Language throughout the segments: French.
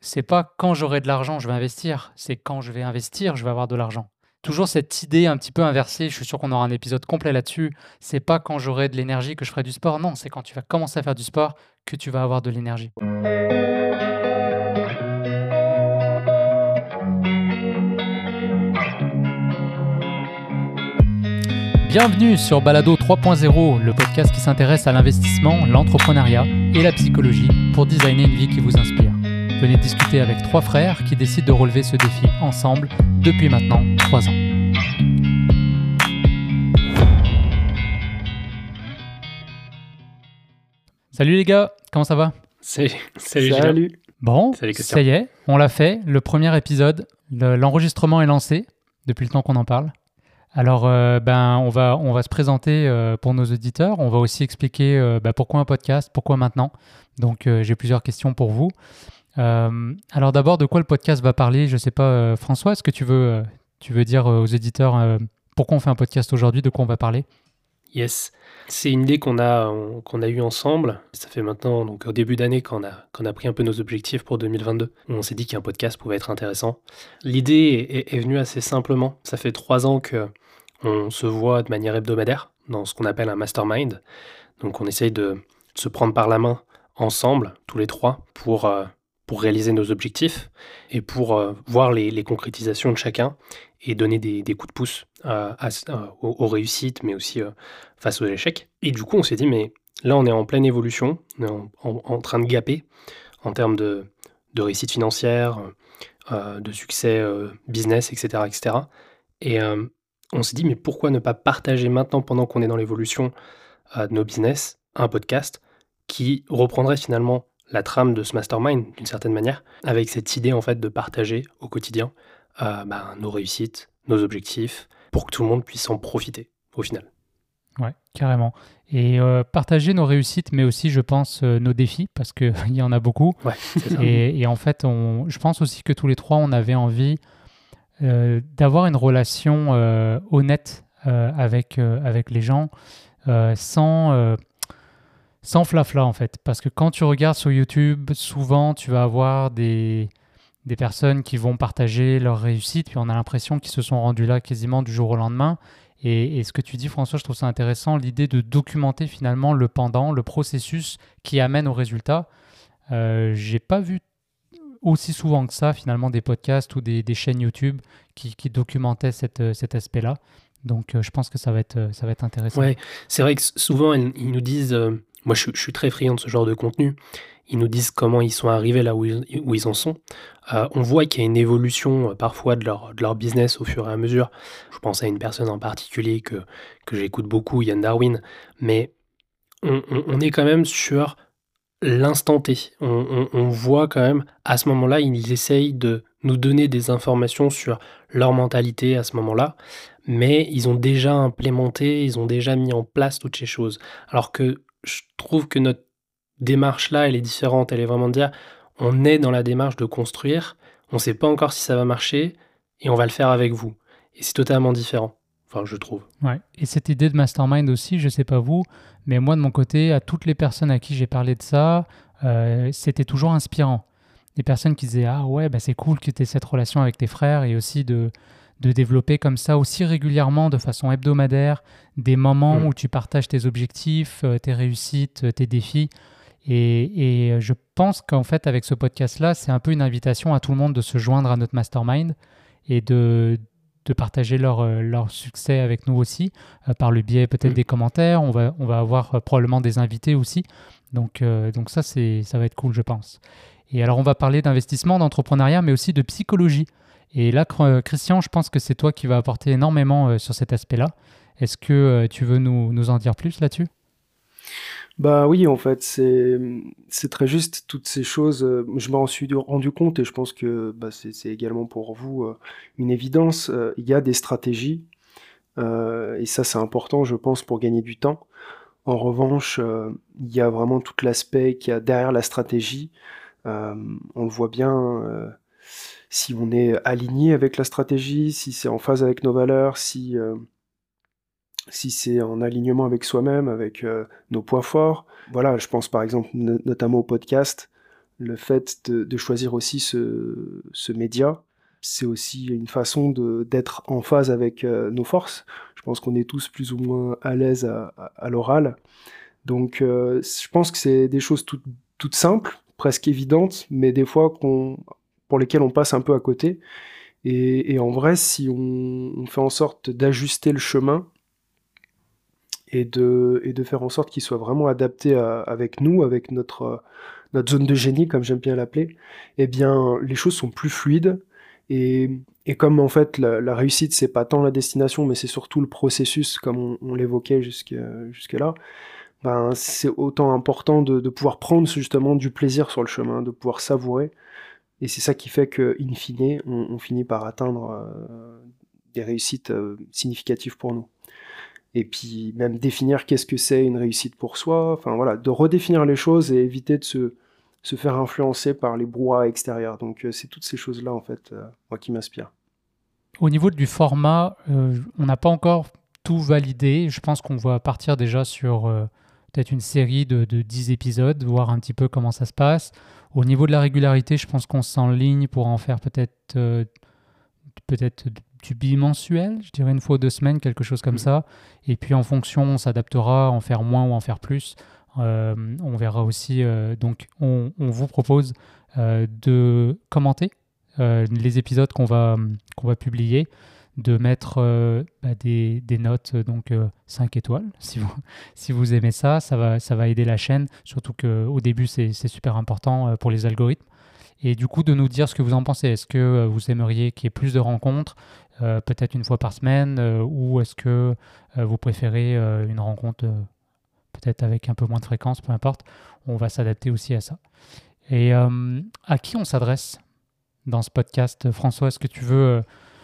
c'est pas quand j'aurai de l'argent, je vais investir, c'est quand je vais investir, je vais avoir de l'argent. Toujours cette idée un petit peu inversée, je suis sûr qu'on aura un épisode complet là-dessus. C'est pas quand j'aurai de l'énergie que je ferai du sport, non, c'est quand tu vas commencer à faire du sport que tu vas avoir de l'énergie. Bienvenue sur Balado 3.0, le podcast qui s'intéresse à l'investissement, l'entrepreneuriat et la psychologie pour designer une vie qui vous inspire. Venez discuter avec trois frères qui décident de relever ce défi ensemble depuis maintenant 3 ans. Salut les gars, comment ça va? Salut Julien. Bon, Salut Christian. ça y est, on l'a fait, le premier épisode, l'enregistrement est lancé depuis le temps qu'on en parle. Alors, on va se présenter pour nos auditeurs. On va aussi expliquer pourquoi un podcast, pourquoi maintenant. Donc, j'ai plusieurs questions pour vous. Alors d'abord, de quoi le podcast va parler? Je ne sais pas, François, est-ce que tu veux dire aux éditeurs pourquoi on fait un podcast aujourd'hui, de quoi on va parler? Yes, c'est une idée qu'on a eue ensemble. Ça fait maintenant, donc au début d'année, qu'on a pris un peu nos objectifs pour 2022. On s'est dit qu'un podcast pouvait être intéressant. L'idée est venue assez simplement. Ça fait 3 ans qu'on se voit de manière hebdomadaire dans ce qu'on appelle un mastermind. Donc on essaye de se prendre par la main ensemble, tous les trois, pour réaliser nos objectifs et pour voir les concrétisations de chacun et donner des coups de pouce aux réussites, mais aussi face aux échecs. Et du coup, on s'est dit, mais là, on est en pleine évolution, on est en train de gaper en termes de réussite financière, de succès business, etc., etc. Et on s'est dit, mais pourquoi ne pas partager maintenant, pendant qu'on est dans l'évolution de nos business, un podcast qui reprendrait finalement la trame de ce mastermind d'une certaine manière, avec cette idée en fait de partager au quotidien nos réussites, nos objectifs, pour que tout le monde puisse en profiter au final. Ouais, carrément. Et partager nos réussites, mais aussi, je pense, nos défis, parce qu'il y en a beaucoup. Ouais, c'est ça. Et en fait, je pense aussi que tous les trois, on avait envie d'avoir une relation honnête avec les gens, sans flafla en fait. Parce que quand tu regardes sur YouTube, souvent tu vas avoir des personnes qui vont partager leur réussite, puis on a l'impression qu'ils se sont rendus là quasiment du jour au lendemain. Et ce que tu dis, François, je trouve ça intéressant, l'idée de documenter finalement le pendant, le processus qui amène au résultat. J'ai pas vu aussi souvent que ça, finalement, des podcasts ou des chaînes YouTube qui documentaient cet aspect-là. Donc, je pense que ça va être intéressant. Ouais, c'est vrai que souvent, ils nous disent, moi je suis très friand de ce genre de contenu, ils nous disent comment ils sont arrivés là où ils en sont. On voit qu'il y a une évolution parfois de leur business au fur et à mesure. Je pense à une personne en particulier que j'écoute beaucoup, Yann Darwin, mais on est quand même sur l'instant T. On voit quand même, à ce moment-là, ils essayent de nous donner des informations sur leur mentalité à ce moment-là, mais ils ont déjà implémenté, ils ont déjà mis en place toutes ces choses. Alors que je trouve que notre démarche là, elle est différente. Elle est vraiment de dire, on est dans la démarche de construire, on ne sait pas encore si ça va marcher, et on va le faire avec vous. Et c'est totalement différent, enfin je trouve. Ouais. Et cette idée de mastermind aussi, je sais pas vous, mais moi de mon côté, à toutes les personnes à qui j'ai parlé de ça, c'était toujours inspirant. Des personnes qui disaient ah ouais, c'est cool que tu aies cette relation avec tes frères, et aussi de développer comme ça aussi régulièrement, de façon hebdomadaire, des moments où tu partages tes objectifs, tes réussites, tes défis. Et je pense qu'en fait, avec ce podcast-là, c'est un peu une invitation à tout le monde de se joindre à notre mastermind et de partager leur succès avec nous aussi, par le biais peut-être des commentaires. On va avoir probablement des invités aussi. Donc ça va être cool, je pense. Et alors, on va parler d'investissement, d'entrepreneuriat, mais aussi de psychologie. Et là, Christian, je pense que c'est toi qui vas apporter énormément sur cet aspect-là. Est-ce que tu veux nous en dire plus là-dessus? Bah oui, en fait, c'est très juste toutes ces choses. Je m'en suis rendu compte et je pense que c'est également pour vous une évidence. Il y a des stratégies et ça c'est important, je pense, pour gagner du temps. En revanche, il y a vraiment tout l'aspect qu'il y a derrière la stratégie. On le voit bien si on est aligné avec la stratégie, si c'est en phase avec nos valeurs, si c'est en alignement avec soi-même, avec nos points forts. Voilà, je pense par exemple notamment au podcast. Le fait de choisir aussi ce média, c'est aussi une façon d'être en phase avec nos forces. Je pense qu'on est tous plus ou moins à l'aise à l'oral. Donc je pense que c'est des choses toutes simples, presque évidentes, mais des fois pour lesquelles on passe un peu à côté. Et en vrai, si on fait en sorte d'ajuster le chemin et de faire en sorte qu'il soit vraiment adapté avec nous, avec notre zone de génie, comme j'aime bien l'appeler, eh bien, les choses sont plus fluides. Et comme en fait, la réussite, c'est pas tant la destination, mais c'est surtout le processus, comme on l'évoquait jusque-là, ben, c'est autant important de pouvoir prendre justement du plaisir sur le chemin, de pouvoir savourer. Et c'est ça qui fait que, in fine, on finit par atteindre des réussites significatives pour nous. Et puis même définir qu'est-ce que c'est une réussite pour soi, enfin voilà, de redéfinir les choses et éviter de se faire influencer par les brouhahas extérieurs. Donc c'est toutes ces choses-là en fait, moi qui m'inspirent. Au niveau du format, on n'a pas encore tout validé. Je pense qu'on va partir déjà sur peut-être une série de 10 épisodes, voir un petit peu comment ça se passe. Au niveau de la régularité, je pense qu'on s'enligne pour en faire peut-être du bimensuel, je dirais une fois ou 2 semaines, quelque chose comme ça. Et puis en fonction, on s'adaptera, en faire moins ou en faire plus. On verra aussi. Donc on vous propose de commenter les épisodes qu'on va publier, de mettre des notes, donc 5 étoiles, si vous aimez ça, ça va aider la chaîne, surtout qu'au début c'est super important pour les algorithmes. Et du coup, de nous dire ce que vous en pensez. Est-ce que vous aimeriez qu'il y ait plus de rencontres, peut-être une fois par semaine, ou est-ce que vous préférez une rencontre peut-être avec un peu moins de fréquence, peu importe. On va s'adapter aussi à ça. Et à qui on s'adresse dans ce podcast? François, est-ce que tu veux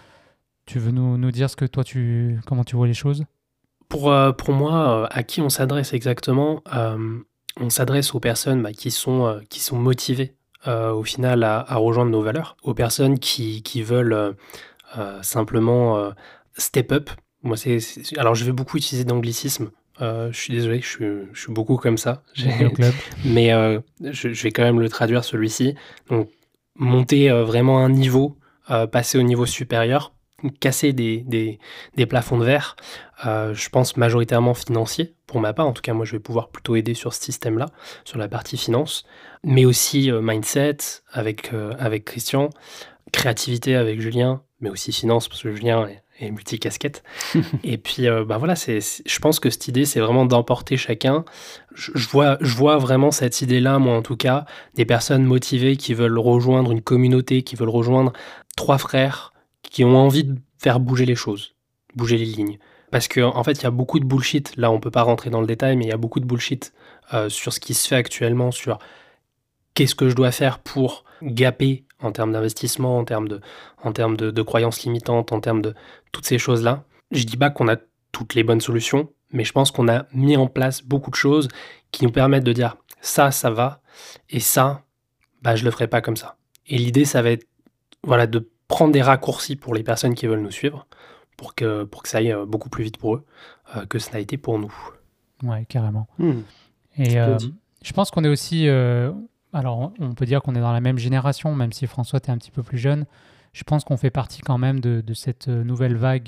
nous dire ce que toi comment tu vois les choses? Pour moi, à qui on s'adresse exactement? On s'adresse aux personnes qui sont motivées au final à rejoindre nos valeurs, aux personnes qui veulent simplement step up. Moi, alors je vais beaucoup utiliser d'anglicisme. Je suis désolé, je suis beaucoup comme ça. Mais je vais quand même le traduire celui-ci. Donc, monter vraiment un niveau, passer au niveau supérieur, casser des plafonds de verre, je pense majoritairement financier, pour ma part. En tout cas, moi, je vais pouvoir plutôt aider sur ce système-là, sur la partie finance, mais aussi mindset avec Christian, créativité avec Julien, mais aussi finance, parce que Julien est multicasquette. Et puis, voilà, je pense que cette idée, c'est vraiment d'emporter chacun. Je vois vraiment cette idée-là, moi en tout cas, des personnes motivées qui veulent rejoindre une communauté, qui veulent rejoindre 3 frères, qui ont envie de faire bouger les choses, bouger les lignes. Parce qu'en fait, il y a beaucoup de bullshit. Là, on ne peut pas rentrer dans le détail, mais il y a beaucoup de bullshit sur ce qui se fait actuellement, sur qu'est-ce que je dois faire pour gaper en termes d'investissement, en termes de croyances limitantes, en termes de toutes ces choses-là. Je dis pas qu'on a toutes les bonnes solutions, mais je pense qu'on a mis en place beaucoup de choses qui nous permettent de dire ça va, et ça, je le ferai pas comme ça. Et l'idée, ça va être de prendre des raccourcis pour les personnes qui veulent nous suivre, pour que ça aille beaucoup plus vite pour eux que ça n'a été pour nous. Ouais, carrément. Et je pense qu'on est aussi... alors, on peut dire qu'on est dans la même génération, même si François, tu es un petit peu plus jeune. Je pense qu'on fait partie quand même de cette nouvelle vague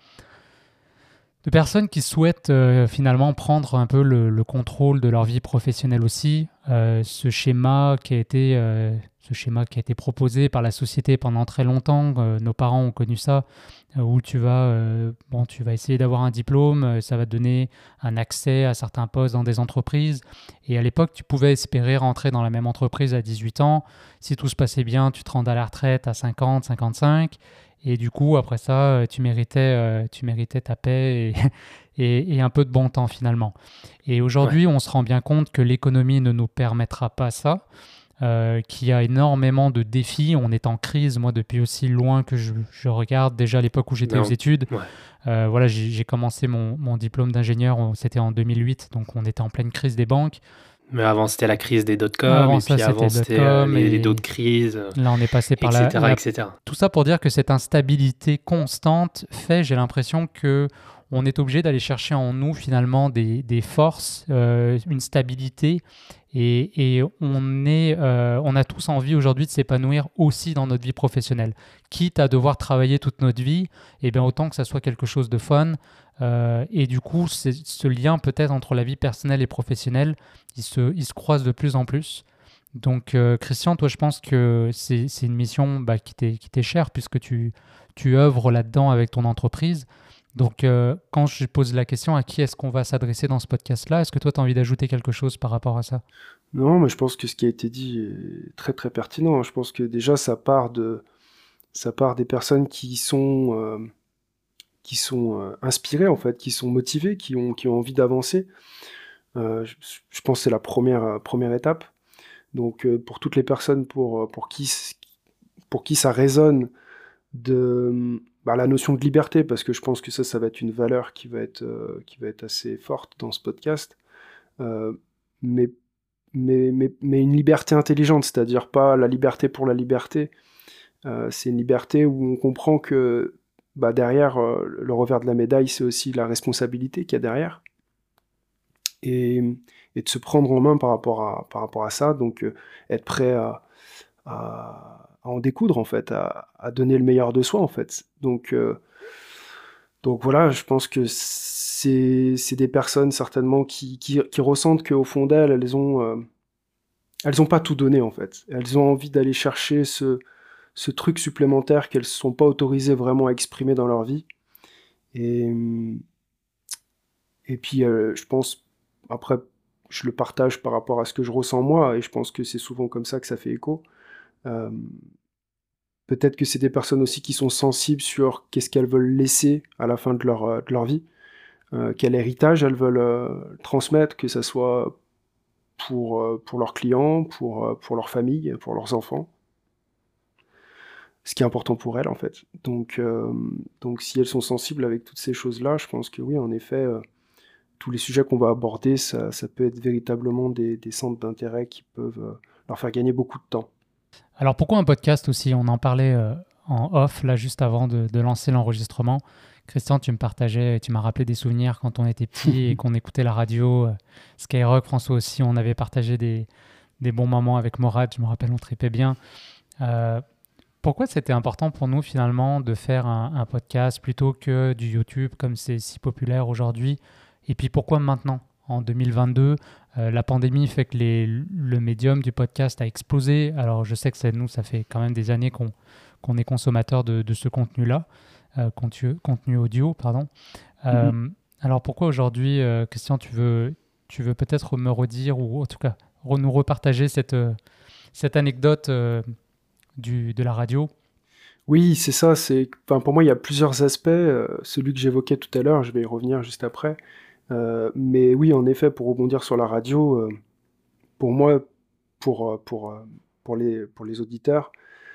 de personnes qui souhaitent finalement prendre un peu le contrôle de leur vie professionnelle aussi. Ce schéma qui a été proposé par la société pendant très longtemps, nos parents ont connu ça, où tu vas essayer d'avoir un diplôme, ça va te donner un accès à certains postes dans des entreprises. Et à l'époque, tu pouvais espérer rentrer dans la même entreprise à 18 ans. Si tout se passait bien, tu te rendais à la retraite à 50, 55. Et du coup, après ça, tu méritais ta paix et un peu de bon temps finalement. Et aujourd'hui, on se rend bien compte que l'économie ne nous permettra pas ça, qu'il y a énormément de défis. On est en crise, moi, depuis aussi loin que je regarde. Déjà à l'époque où j'étais aux études, j'ai commencé mon diplôme d'ingénieur, c'était en 2008, donc on était en pleine crise des banques. Mais avant, c'était la crise des dot-com, c'était les d'autres crises. Là, on est passé par etc. Tout ça pour dire que cette instabilité constante fait, j'ai l'impression que on est obligé d'aller chercher en nous finalement des forces, une stabilité, et on a tous envie aujourd'hui de s'épanouir aussi dans notre vie professionnelle. Quitte à devoir travailler toute notre vie, et bien autant que ça soit quelque chose de fun. Et du coup, ce lien peut-être entre la vie personnelle et professionnelle, il se croise de plus en plus. Donc, Christian, toi, je pense que c'est une mission qui t'est chère puisque tu œuvres là-dedans avec ton entreprise. Donc, quand je pose la question à qui est-ce qu'on va s'adresser dans ce podcast-là, est-ce que toi, tu as envie d'ajouter quelque chose par rapport à ça? Non, mais je pense que ce qui a été dit est très très pertinent. Je pense que déjà ça part des personnes qui sont inspirées en fait, qui sont motivées, qui ont envie d'avancer. Je pense que c'est la première étape. Donc pour toutes les personnes pour qui ça résonne la notion de liberté, parce que je pense que ça va être une valeur qui va être assez forte dans ce podcast, euh, mais, mais une liberté intelligente, c'est-à-dire pas la liberté pour la liberté. C'est une liberté où on comprend que derrière le revers de la médaille, c'est aussi la responsabilité qu'il y a derrière. Et, et de se prendre en main par rapport à ça, donc être prêt à en découdre en fait, à donner le meilleur de soi en fait. Donc voilà, je pense que c'est des personnes certainement qui ressentent qu'au fond d'elles, elles ont pas tout donné en fait. Elles ont envie d'aller chercher ce truc supplémentaire qu'elles ne sont pas autorisées vraiment à exprimer dans leur vie. Et, et puis je pense, après, je le partage par rapport à ce que je ressens moi, et je pense que c'est souvent comme ça que ça fait écho. Euh, Peut-être que c'est des personnes aussi qui sont sensibles sur qu'est-ce qu'elles veulent laisser à la fin de leur vie, quel héritage elles veulent transmettre, que ce soit pour leurs clients, pour leur famille, pour leurs enfants. Ce qui est important pour elles, en fait. Donc si elles sont sensibles avec toutes ces choses-là, je pense que oui, en effet, tous les sujets qu'on va aborder, ça peut être véritablement des centres d'intérêt qui peuvent leur faire gagner beaucoup de temps. Alors, pourquoi un podcast aussi? On en parlait en off, là, juste avant de lancer l'enregistrement. Christian, tu m'as rappelé des souvenirs quand on était petit et qu'on écoutait la radio. Skyrock, François aussi, on avait partagé des bons moments avec Morad, je me rappelle, on tripait bien. Pourquoi c'était important pour nous finalement de faire un podcast plutôt que du YouTube comme c'est si populaire aujourd'hui? Et puis pourquoi maintenant, en 2022, la pandémie fait que le médium du podcast a explosé. Alors je sais que nous, ça fait quand même des années qu'on est consommateur de ce contenu-là, contenu audio, pardon. Alors pourquoi aujourd'hui, Christian, tu veux peut-être me redire ou en tout cas nous repartager cette anecdote de la radio? Oui, c'est ça. Pour moi, il y a plusieurs aspects. Celui que j'évoquais tout à l'heure, je vais y revenir juste après. Mais oui, en effet, pour rebondir sur la radio, pour moi, pour les auditeurs,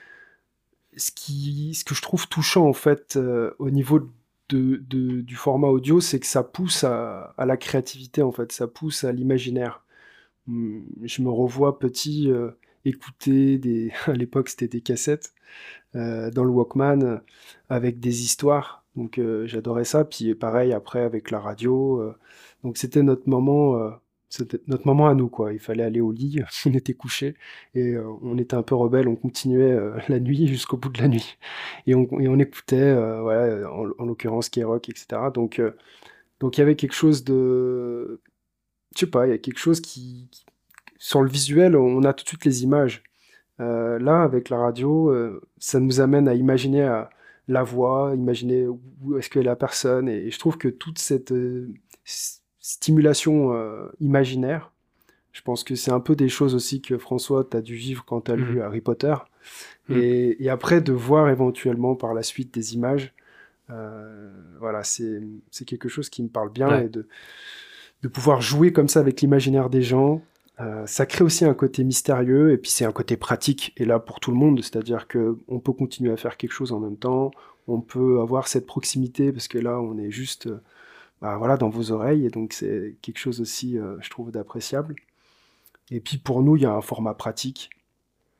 ce que je trouve touchant en fait au niveau du format audio, c'est que ça pousse à la créativité en fait, ça pousse à l'imaginaire. Je me revois petit écouter à l'époque c'était des cassettes dans le Walkman avec des histoires. Donc j'adorais ça. Puis pareil après avec la radio. Donc c'était notre moment à nous quoi. Il fallait aller au lit, on était couchés et on était un peu rebelles. On continuait la nuit jusqu'au bout de la nuit et on écoutait voilà, en l'occurrence Skyrock etc. Donc il y avait quelque chose de je sais pas, il y a quelque chose sur le visuel, on a tout de suite les images. Là, avec la radio, ça nous amène à imaginer la voix, imaginer où est-ce que la personne, et je trouve que toute cette stimulation imaginaire, je pense que c'est un peu des choses aussi que François, tu as dû vivre quand tu as lu Harry Potter, et après de voir éventuellement par la suite des images, voilà, c'est quelque chose qui me parle bien, Ouais. et de pouvoir jouer comme ça avec l'imaginaire des gens. Ça crée aussi un côté mystérieux et puis c'est un côté pratique et là pour tout le monde, c'est-à-dire que on peut continuer à faire quelque chose en même temps, on peut avoir cette proximité parce que là on est juste voilà, dans vos oreilles et donc c'est quelque chose aussi je trouve d'appréciable. Et puis pour nous il y a un format pratique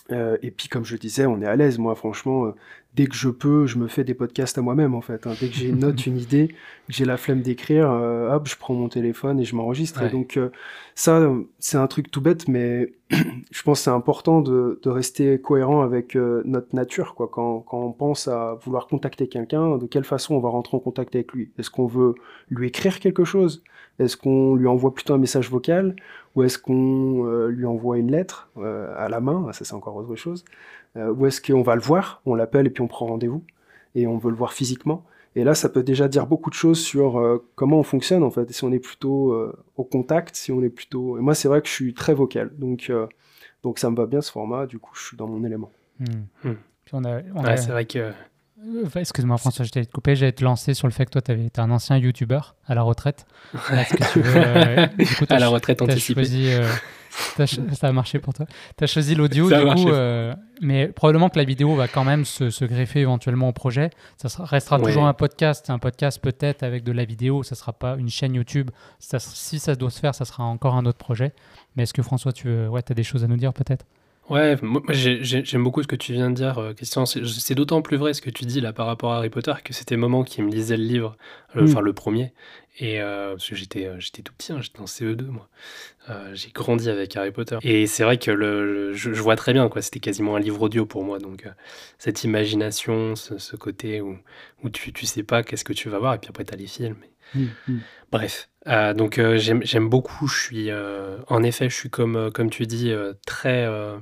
Et puis, comme je le disais, on est à l'aise. Moi, franchement, dès que je peux, je me fais des podcasts à moi-même, en fait, hein. Dès que j'ai une note, une idée, que j'ai la flemme d'écrire, hop, je prends mon téléphone et je m'enregistre. Et Ouais. donc, ça, c'est un truc tout bête, mais je pense que c'est important de rester cohérent avec notre nature, quoi. Quand on pense à vouloir contacter quelqu'un, de quelle façon on va rentrer en contact avec lui? Est-ce qu'on veut lui écrire quelque chose? Est-ce qu'on lui envoie plutôt un message vocal? Ou est-ce qu'on lui envoie une lettre à la main? Ça, c'est encore autre chose. Ou est-ce qu'on va le voir, on l'appelle et puis on prend rendez-vous et on veut le voir physiquement? Et là, ça peut déjà dire beaucoup de choses sur comment on fonctionne, en fait. Si on est plutôt au contact, si on est plutôt... Et moi, c'est vrai que je suis très vocal. Donc ça me va bien, ce format. Du coup, je suis dans mon élément. Puis on a, Ouais, c'est vrai que excuse-moi François, je t'ai coupé, j'allais te lancer sur le fait que toi, t'es un ancien youtubeur à la retraite. Est-ce que tu veux, du coup, à la retraite t'as anticipée. choisi, ça a marché pour toi. Tu as choisi l'audio, Ça a du coup, marché. mais probablement que la vidéo va quand même se greffer éventuellement au projet. Restera toujours Ouais. un podcast peut-être avec de la vidéo, ça sera pas une chaîne YouTube. Si ça doit se faire, ça sera encore un autre projet. Mais est-ce que François, t'as des choses à nous dire peut-être? Ouais, moi j'aime beaucoup ce que tu viens de dire, Christian. C'est d'autant plus vrai ce que tu dis là par rapport à Harry Potter que c'était maman qui me lisait le livre, enfin le premier. Et parce que j'étais tout petit, hein, j'étais en CE2 moi. J'ai grandi avec Harry Potter. Et c'est vrai que je vois très bien, quoi. C'était quasiment un livre audio pour moi. Donc cette imagination, ce côté où tu sais pas qu'est-ce que tu vas voir, et puis après t'as les films. Bref, donc j'aime beaucoup. En effet, je suis comme tu dis, très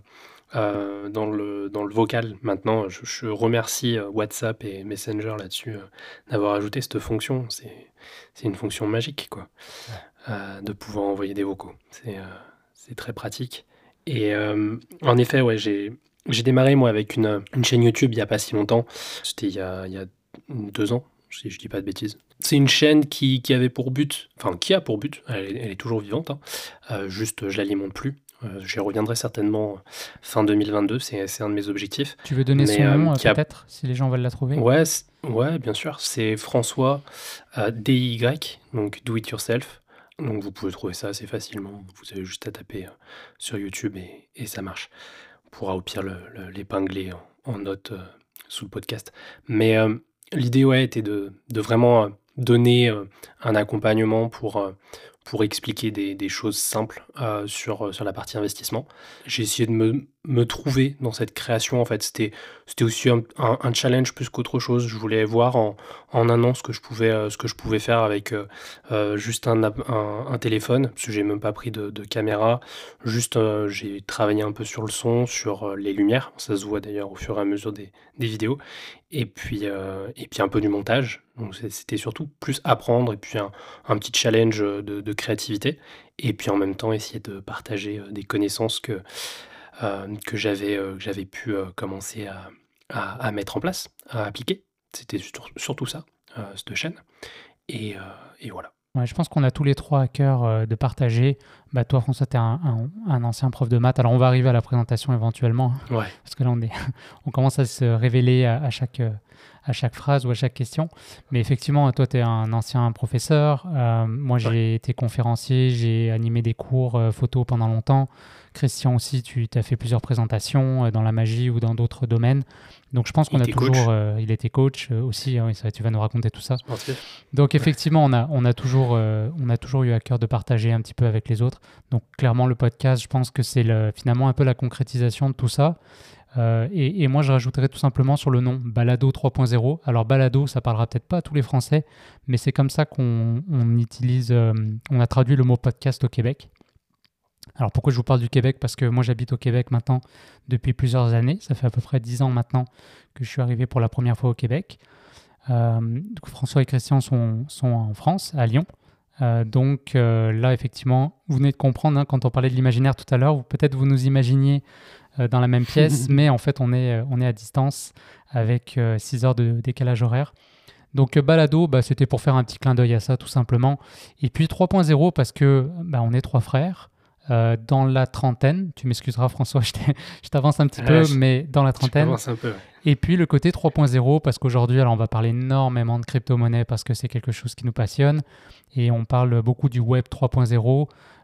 dans le vocal maintenant. Je remercie WhatsApp et Messenger là-dessus d'avoir ajouté cette fonction. C'est une fonction magique, quoi, de pouvoir envoyer des vocaux. C'est très pratique. Et en effet, ouais, j'ai démarré moi avec une chaîne YouTube il n'y a pas si longtemps. C'était il y a 2 ans, si je dis pas de bêtises. C'est une chaîne qui avait pour but, enfin qui a pour but, elle est toujours vivante, hein. Juste je l'alimente plus. J'y reviendrai certainement fin 2022, c'est un de mes objectifs. Tu veux donner Mais son nom qui a... peut-être, si les gens veulent la trouver? Ouais, ouais, bien sûr, c'est François DIY, donc Do It Yourself. Donc vous pouvez trouver ça assez facilement. Vous avez juste à taper sur YouTube et ça marche. On pourra au pire l'épingler en note sous le podcast. Mais l'idée, ouais, était de vraiment donner un accompagnement pour expliquer des choses simples sur la partie investissement. J'ai essayé de me trouver dans cette création. En fait, c'était aussi un challenge plus qu'autre chose. Je voulais voir en un an ce que je pouvais faire avec juste un téléphone, parce que j'ai même pas pris de caméra. Juste, j'ai travaillé un peu sur le son, sur les lumières. Ça se voit d'ailleurs au fur et à mesure des vidéos. Et puis un peu du montage. Donc c'était surtout plus apprendre et puis un petit challenge de créativité. Et puis en même temps essayer de partager des connaissances que j'avais pu commencer à mettre en place, à appliquer. C'était surtout ça, cette chaîne. Et voilà. Ouais, je pense qu'on a tous les trois à cœur de partager. Bah, toi, François, tu es un ancien prof de maths. Alors, on va arriver à la présentation éventuellement, hein, Ouais. parce que là, on commence à se révéler à chaque phrase ou à chaque question. Mais effectivement, toi, tu es un ancien professeur. Moi, j'ai été conférencier, j'ai animé des cours photo pendant longtemps. Christian aussi, tu as fait plusieurs présentations dans la magie ou dans d'autres domaines. Donc, je pense qu'on a toujours... il était coach aussi, hein, ça, tu vas nous raconter tout ça. Sportif. Donc, effectivement, on a toujours eu à cœur de partager un petit peu avec les autres. Donc, clairement, le podcast, je pense que c'est finalement un peu la concrétisation de tout ça. Et moi, je rajouterais tout simplement sur le nom Balado 3.0. Alors, Balado, ça parlera peut-être pas à tous les Français, mais c'est comme ça qu'on utilise... on a traduit le mot podcast au Québec. Alors, pourquoi je vous parle du Québec? Parce que moi, j'habite au Québec maintenant depuis plusieurs années. Ça fait à peu près 10 ans maintenant que je suis arrivé pour la première fois au Québec. Donc François et Christian sont en France, à Lyon. Donc là, effectivement, vous venez de comprendre, hein, quand on parlait de l'imaginaire tout à l'heure, peut-être vous nous imaginiez dans la même pièce, mais en fait, on est à distance avec 6 heures de décalage horaire. Donc Balado, c'était pour faire un petit clin d'œil à ça, tout simplement. Et puis 3.0, parce que on est 3 frères. Dans la trentaine, tu m'excuseras François, je t'avance un petit peu, mais dans la trentaine. Un peu, ouais. Et puis le côté 3.0, parce qu'aujourd'hui, alors on va parler énormément de crypto-monnaie parce que c'est quelque chose qui nous passionne. Et on parle beaucoup du web 3.0.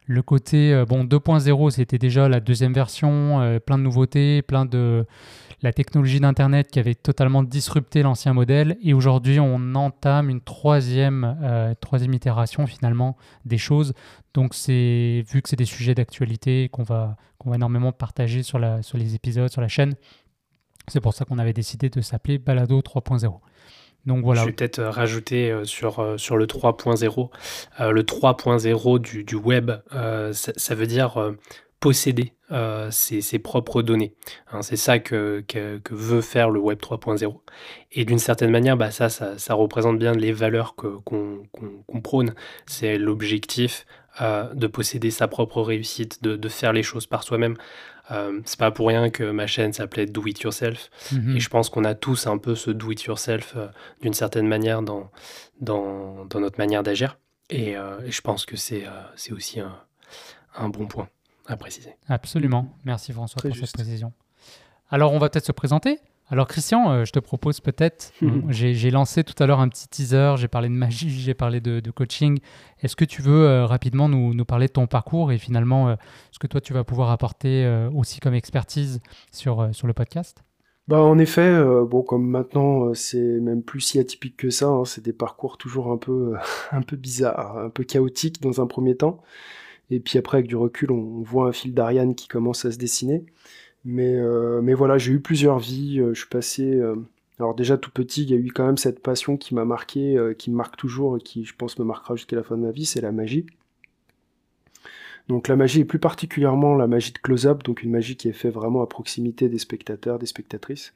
Le côté, bon, 2.0, c'était déjà la deuxième version, plein de nouveautés, plein de la technologie d'Internet qui avait totalement disrupté l'ancien modèle. Et aujourd'hui, on entame une troisième itération finalement des choses. Donc, vu que c'est des sujets d'actualité qu'on va énormément partager sur les épisodes, sur la chaîne, c'est pour ça qu'on avait décidé de s'appeler Balado 3.0. Donc Je voilà. vais peut-être rajouter sur le 3.0. Le 3.0 du web, ça veut dire posséder ses propres données. Hein, c'est ça que veut faire le web 3.0. Et d'une certaine manière, bah, ça représente bien les valeurs qu'on prône. C'est l'objectif de posséder sa propre réussite, de faire les choses par soi-même. C'est pas pour rien que ma chaîne s'appelait Do It Yourself. Et je pense qu'on a tous un peu ce do it yourself d'une certaine manière dans notre manière d'agir. Et je pense que c'est aussi un bon point à préciser. Absolument. Merci François Très pour juste. cette précision. Alors, on va peut-être se présenter. Alors, Christian, je te propose peut-être, j'ai lancé tout à l'heure un petit teaser, j'ai parlé de magie, j'ai parlé de coaching. Est-ce que tu veux rapidement nous parler de ton parcours et finalement ce que toi tu vas pouvoir apporter aussi comme expertise sur le podcast? Bah, en effet, bon, comme maintenant, c'est même plus si atypique que ça, hein, c'est des parcours toujours un peu, un peu bizarres, un peu chaotiques dans un premier temps. Et puis après, avec du recul, on voit un fil d'Ariane qui commence à se dessiner. Mais voilà, j'ai eu plusieurs vies. Je suis passé. Alors déjà tout petit, il y a eu quand même cette passion qui m'a marqué, qui me marque toujours et qui, je pense, me marquera jusqu'à la fin de ma vie, c'est la magie. Donc la magie, et plus particulièrement la magie de close-up, donc une magie qui est faite vraiment à proximité des spectateurs, des spectatrices.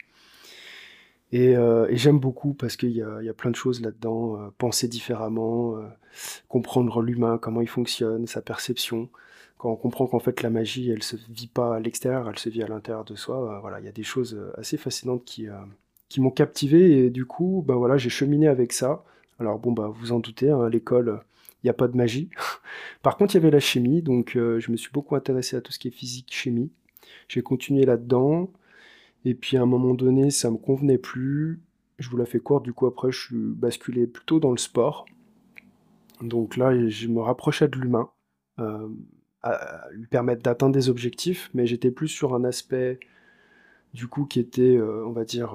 Et j'aime beaucoup parce qu'il y a plein de choses là-dedans, penser différemment, comprendre l'humain, comment il fonctionne, sa perception. Quand on comprend qu'en fait la magie, elle se vit pas à l'extérieur, elle se vit à l'intérieur de soi, voilà, il y a des choses assez fascinantes qui m'ont captivé et du coup, bah voilà, j'ai cheminé avec ça. Alors bon, bah vous en doutez, hein, à l'école, il n'y a pas de magie. Par contre, il y avait la chimie, donc je me suis beaucoup intéressé à tout ce qui est physique, chimie. J'ai continué là-dedans. Et puis à un moment donné, ça me convenait plus. Je vous la fais courte, du coup après je suis basculé plutôt dans le sport. Donc là, je me rapprochais de l'humain, euh, à lui permettre d'atteindre des objectifs, mais j'étais plus sur un aspect du coup qui était, on va dire,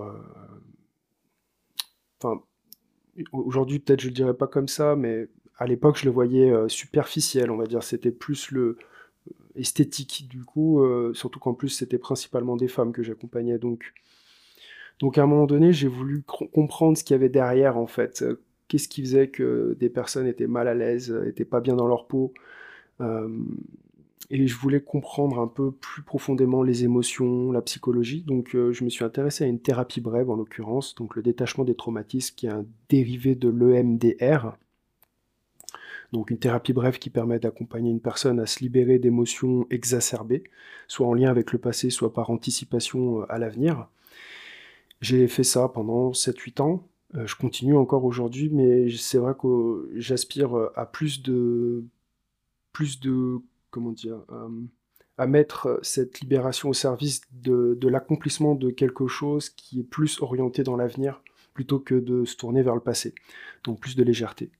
enfin aujourd'hui peut-être je le dirais pas comme ça, mais à l'époque je le voyais superficiel, on va dire. C'était plus le esthétique du coup, surtout qu'en plus c'était principalement des femmes que j'accompagnais, donc à un moment donné, j'ai voulu comprendre ce qu'il y avait derrière, en fait. Qu'est-ce qui faisait que des personnes étaient mal à l'aise, étaient pas bien dans leur peau. euh, et je voulais comprendre un peu plus profondément les émotions, la psychologie. Donc je me suis intéressé à une thérapie brève, en l'occurrence, donc le détachement des traumatismes, qui est un dérivé de l'EMDR. Donc une thérapie brève qui permet d'accompagner une personne à se libérer d'émotions exacerbées, soit en lien avec le passé, soit par anticipation à l'avenir. J'ai fait ça pendant 7-8 ans. Je continue encore aujourd'hui, mais c'est vrai que j'aspire à plus de, comment dire, à mettre cette libération au service de l'accomplissement de quelque chose qui est plus orienté dans l'avenir plutôt que de se tourner vers le passé. Donc plus de légèreté.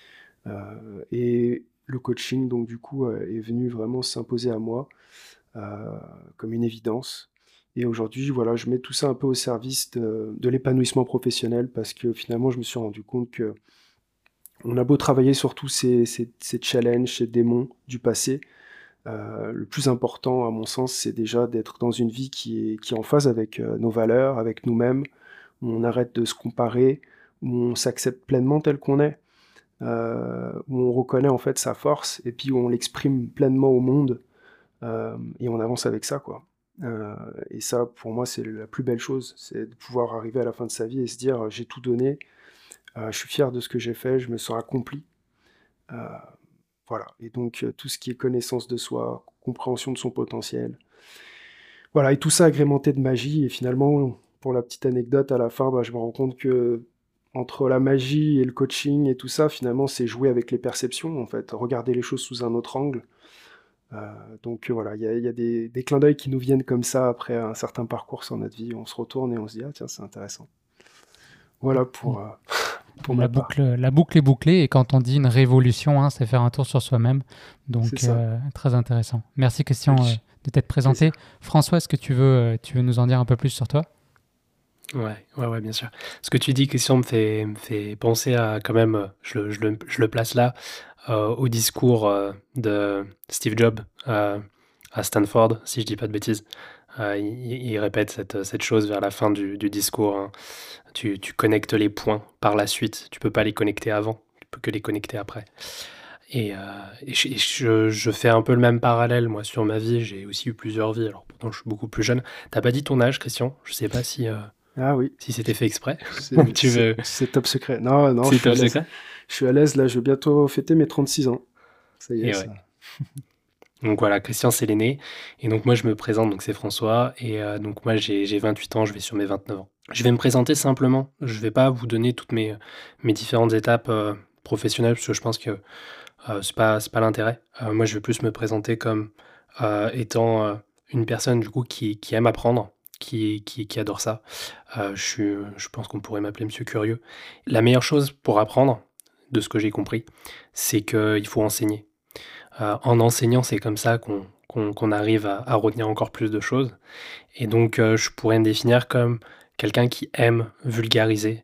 Et le coaching, donc du coup, est venu vraiment s'imposer à moi comme une évidence. Et aujourd'hui, voilà, je mets tout ça un peu au service de l'épanouissement professionnel parce que finalement, je me suis rendu compte que on a beau travailler sur tous ces challenges, ces démons du passé, le plus important, à mon sens, c'est déjà d'être dans une vie qui est en phase avec nos valeurs, avec nous-mêmes, où on arrête de se comparer, où on s'accepte pleinement tel qu'on est, où on reconnaît en fait sa force et puis où on l'exprime pleinement au monde et on avance avec ça, quoi. Et ça, pour moi, c'est la plus belle chose, c'est de pouvoir arriver à la fin de sa vie et se dire j'ai tout donné, je suis fier de ce que j'ai fait, je me sens accompli. Euh, voilà. Et donc, tout ce qui est connaissance de soi, compréhension de son potentiel. Voilà. Et tout ça agrémenté de magie. Et finalement, pour la petite anecdote, à la fin, bah, je me rends compte que entre la magie et le coaching et tout ça, finalement, c'est jouer avec les perceptions, en fait, regarder les choses sous un autre angle. Donc voilà, il y a des clins d'œil qui nous viennent comme ça après un certain parcours sur notre vie. On se retourne et on se dit, ah tiens, c'est intéressant. Voilà pour, pour ma part. La boucle est bouclée et quand on dit une révolution, hein, c'est faire un tour sur soi-même. Donc, C'est ça. très intéressant. Merci Christian Oui. de t'être présenté. François, est-ce que tu veux nous en dire un peu plus sur toi? Ouais, bien sûr. Ce que tu dis, Christian, me fait penser à quand même, je le place là, au discours de Steve Jobs à Stanford, si je dis pas de bêtises. Il répète cette chose vers la fin du discours, hein. Tu connectes les points par la suite. Tu peux pas les connecter avant, tu peux que les connecter après. Et je fais un peu le même parallèle, moi, sur ma vie. J'ai aussi eu plusieurs vies, alors pourtant je suis beaucoup plus jeune. T'as pas dit ton âge, Christian? Je sais pas Ah oui, si c'était fait exprès. c'est Tu veux... c'est top secret. Non, non, je C'est suis à top l'aise. secret? Je suis à l'aise, là, je vais bientôt fêter mes 36 ans. Ça y est, Et ça. ouais. Donc voilà, Christian, c'est l'aîné. Et donc moi, je me présente, donc c'est François. Et donc moi, j'ai 28 ans, je vais sur mes 29 ans. Je vais me présenter simplement. Je vais pas vous donner toutes mes différentes étapes professionnelles, parce que je pense que c'est pas l'intérêt. Moi, je vais plus me présenter comme étant une personne, du coup, qui aime apprendre, qui adore ça. Je pense qu'on pourrait m'appeler Monsieur Curieux. La meilleure chose pour apprendre, de ce que j'ai compris, c'est qu'il faut enseigner. En enseignant, c'est comme ça qu'on arrive à retenir encore plus de choses. Et donc, je pourrais me définir comme quelqu'un qui aime vulgariser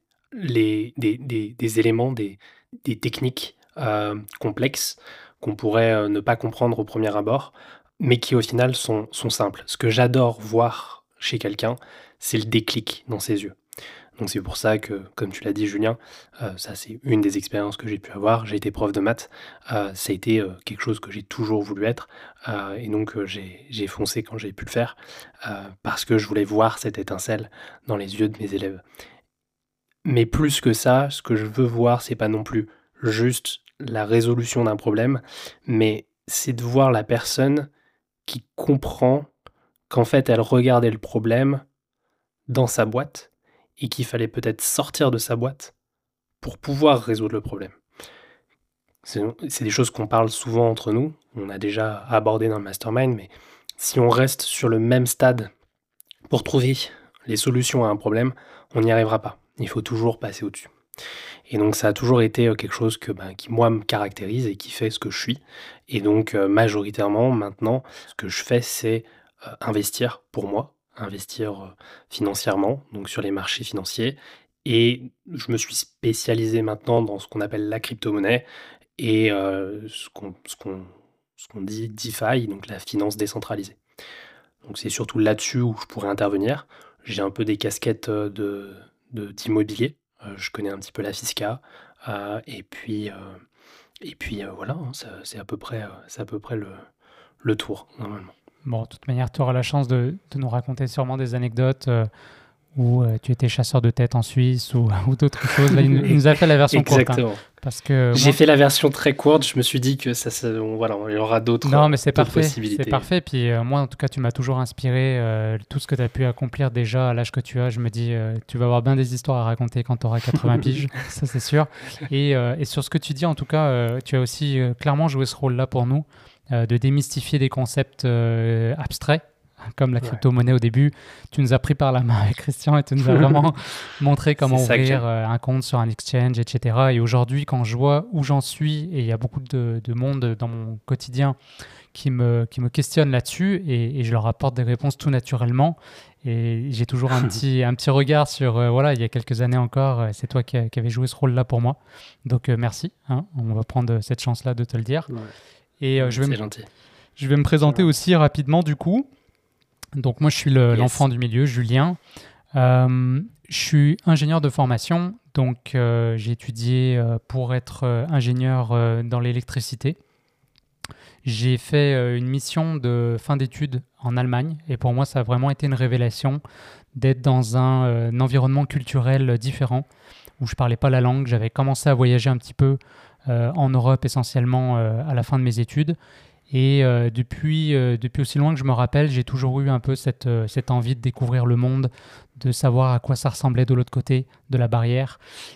des éléments, des techniques complexes qu'on pourrait ne pas comprendre au premier abord, mais qui au final sont simples. Ce que j'adore voir chez quelqu'un, c'est le déclic dans ses yeux. Donc c'est pour ça que, comme tu l'as dit Julien, ça c'est une des expériences que j'ai pu avoir. J'ai été prof de maths, ça a été quelque chose que j'ai toujours voulu être, et donc j'ai foncé quand j'ai pu le faire, parce que je voulais voir cette étincelle dans les yeux de mes élèves. Mais plus que ça, ce que je veux voir, c'est pas non plus juste la résolution d'un problème, mais c'est de voir la personne qui comprend qu'en fait elle regardait le problème dans sa boîte et qu'il fallait peut-être sortir de sa boîte pour pouvoir résoudre le problème. C'est des choses qu'on parle souvent entre nous, on a déjà abordé dans le mastermind, mais si on reste sur le même stade pour trouver les solutions à un problème, on n'y arrivera pas. Il faut toujours passer au-dessus. Et donc ça a toujours été quelque chose qui moi me caractérise et qui fait ce que je suis. Et donc majoritairement maintenant, ce que je fais, c'est investir pour moi, investir financièrement, donc sur les marchés financiers. Et je me suis spécialisé maintenant dans ce qu'on appelle la crypto-monnaie et ce qu'on dit DeFi, donc la finance décentralisée. Donc c'est surtout là-dessus où je pourrais intervenir. J'ai un peu des casquettes d'immobilier. Je connais un petit peu la Fisca. Et puis voilà, hein, c'est à peu près le tour, normalement. Bon, de toute manière, tu auras la chance de nous raconter sûrement des anecdotes où tu étais chasseur de tête en Suisse ou d'autres choses. Là, il nous a fait la version courte. Exactement. Parce que j'ai fait la version très courte. Je me suis dit que voilà, il y aura d'autres Non, mais c'est d'autres parfait. possibilités. C'est parfait. Puis moi, en tout cas, tu m'as toujours inspiré. Tout ce que tu as pu accomplir déjà à l'âge que tu as, je me dis, tu vas avoir bien des histoires à raconter quand tu auras 80 piges. Ça, c'est sûr. Et sur ce que tu dis, en tout cas, tu as aussi clairement joué ce rôle-là pour nous, de démystifier des concepts abstraits, comme la crypto-monnaie au début. Tu nous as pris par la main avec Christian et tu nous as vraiment montré comment ouvrir un compte sur un exchange, etc. Et aujourd'hui, quand je vois où j'en suis, et il y a beaucoup de monde dans mon quotidien qui me questionne là-dessus, et je leur apporte des réponses tout naturellement. Et j'ai toujours un petit regard sur, voilà, il y a quelques années encore, c'est toi qui avais joué ce rôle-là pour moi. Donc merci, hein, on va prendre cette chance-là de te le dire. Ouais. Et c'est gentil. Je vais me présenter aussi rapidement du coup. Donc moi, je suis l'enfant du milieu, Julien. Je suis ingénieur de formation, donc j'ai étudié pour être ingénieur dans l'électricité. J'ai fait une mission de fin d'études en Allemagne et pour moi, ça a vraiment été une révélation d'être dans un environnement culturel différent où je ne parlais pas la langue. J'avais commencé à voyager un petit peu en Europe essentiellement à la fin de mes études. Et depuis aussi loin que je me rappelle, j'ai toujours eu un peu cette envie de découvrir le monde, de savoir à quoi ça ressemblait de l'autre côté de la barrière.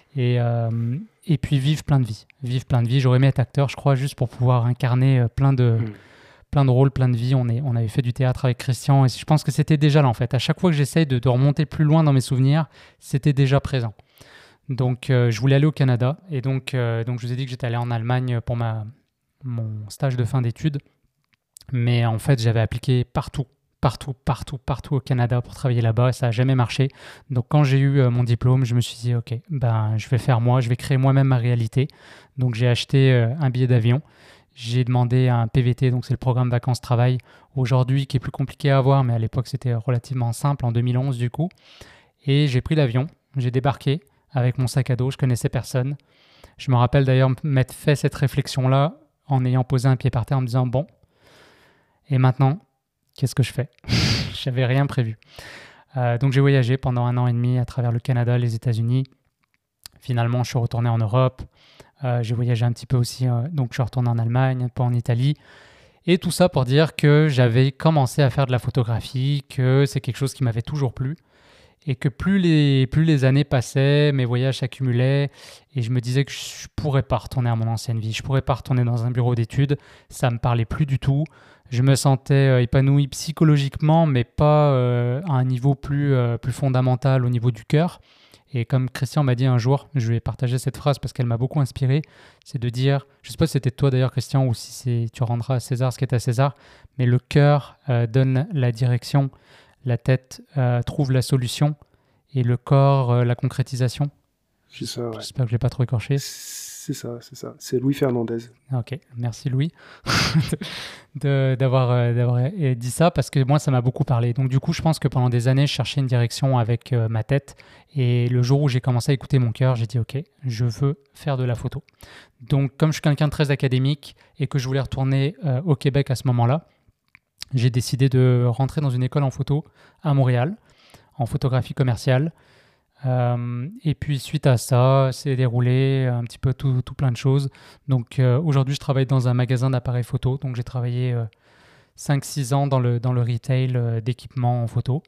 Et puis vivre plein de vie. J'aurais aimé être acteur, je crois, juste pour pouvoir incarner plein de rôles, plein de vies. On avait fait du théâtre avec Christian et je pense que c'était déjà là en fait. À chaque fois que j'essaye de remonter plus loin dans mes souvenirs, c'était déjà présent. Donc, je voulais aller au Canada. Et donc je vous ai dit que j'étais allé en Allemagne pour mon stage de fin d'études. Mais en fait, j'avais appliqué partout au Canada pour travailler là-bas. Ça n'a jamais marché. Donc, quand j'ai eu mon diplôme, je me suis dit, OK, ben, je vais créer moi-même ma réalité. Donc, j'ai acheté un billet d'avion. J'ai demandé un PVT, donc c'est le programme vacances-travail, aujourd'hui qui est plus compliqué à avoir, mais à l'époque, c'était relativement simple, en 2011 du coup. Et j'ai pris l'avion, j'ai débarqué avec mon sac à dos, je connaissais personne. Je me rappelle d'ailleurs m'être fait cette réflexion-là en ayant posé un pied par terre en me disant, bon, et maintenant, qu'est-ce que je fais? Je n'avais rien prévu. Donc j'ai voyagé pendant 1 an et demi à travers le Canada, les États-Unis. Finalement, je suis retourné en Europe. J'ai voyagé un petit peu aussi, donc je suis retourné en Allemagne, un peu en Italie. Et tout ça pour dire que j'avais commencé à faire de la photographie, que c'est quelque chose qui m'avait toujours plu. Et que plus les années passaient, mes voyages s'accumulaient, et je me disais que je ne pourrais pas retourner à mon ancienne vie. Je ne pourrais pas retourner dans un bureau d'études. Ça ne me parlait plus du tout. Je me sentais épanoui psychologiquement, mais pas à un niveau plus fondamental au niveau du cœur. Et comme Christian m'a dit un jour, je vais partager cette phrase parce qu'elle m'a beaucoup inspiré, c'est de dire, je ne sais pas si c'était toi d'ailleurs Christian, ou si tu rendras à César ce qui est à César, mais le cœur donne la direction, la tête trouve la solution et le corps la concrétisation. C'est ça, ouais. J'espère que je l'ai pas trop écorché. C'est ça. C'est Louis Fernandez. Ok, merci Louis d'avoir dit ça parce que moi ça m'a beaucoup parlé. Donc du coup je pense que pendant des années je cherchais une direction avec ma tête et le jour où j'ai commencé à écouter mon cœur, j'ai dit ok, je veux faire de la photo. Donc comme je suis quelqu'un de très académique et que je voulais retourner au Québec à ce moment-là, j'ai décidé de rentrer dans une école en photo à Montréal, en photographie commerciale. Et puis suite à ça, c'est déroulé un petit peu tout plein de choses. Donc aujourd'hui, je travaille dans un magasin d'appareils photo. Donc j'ai travaillé 5-6 ans dans le retail d'équipements en photo.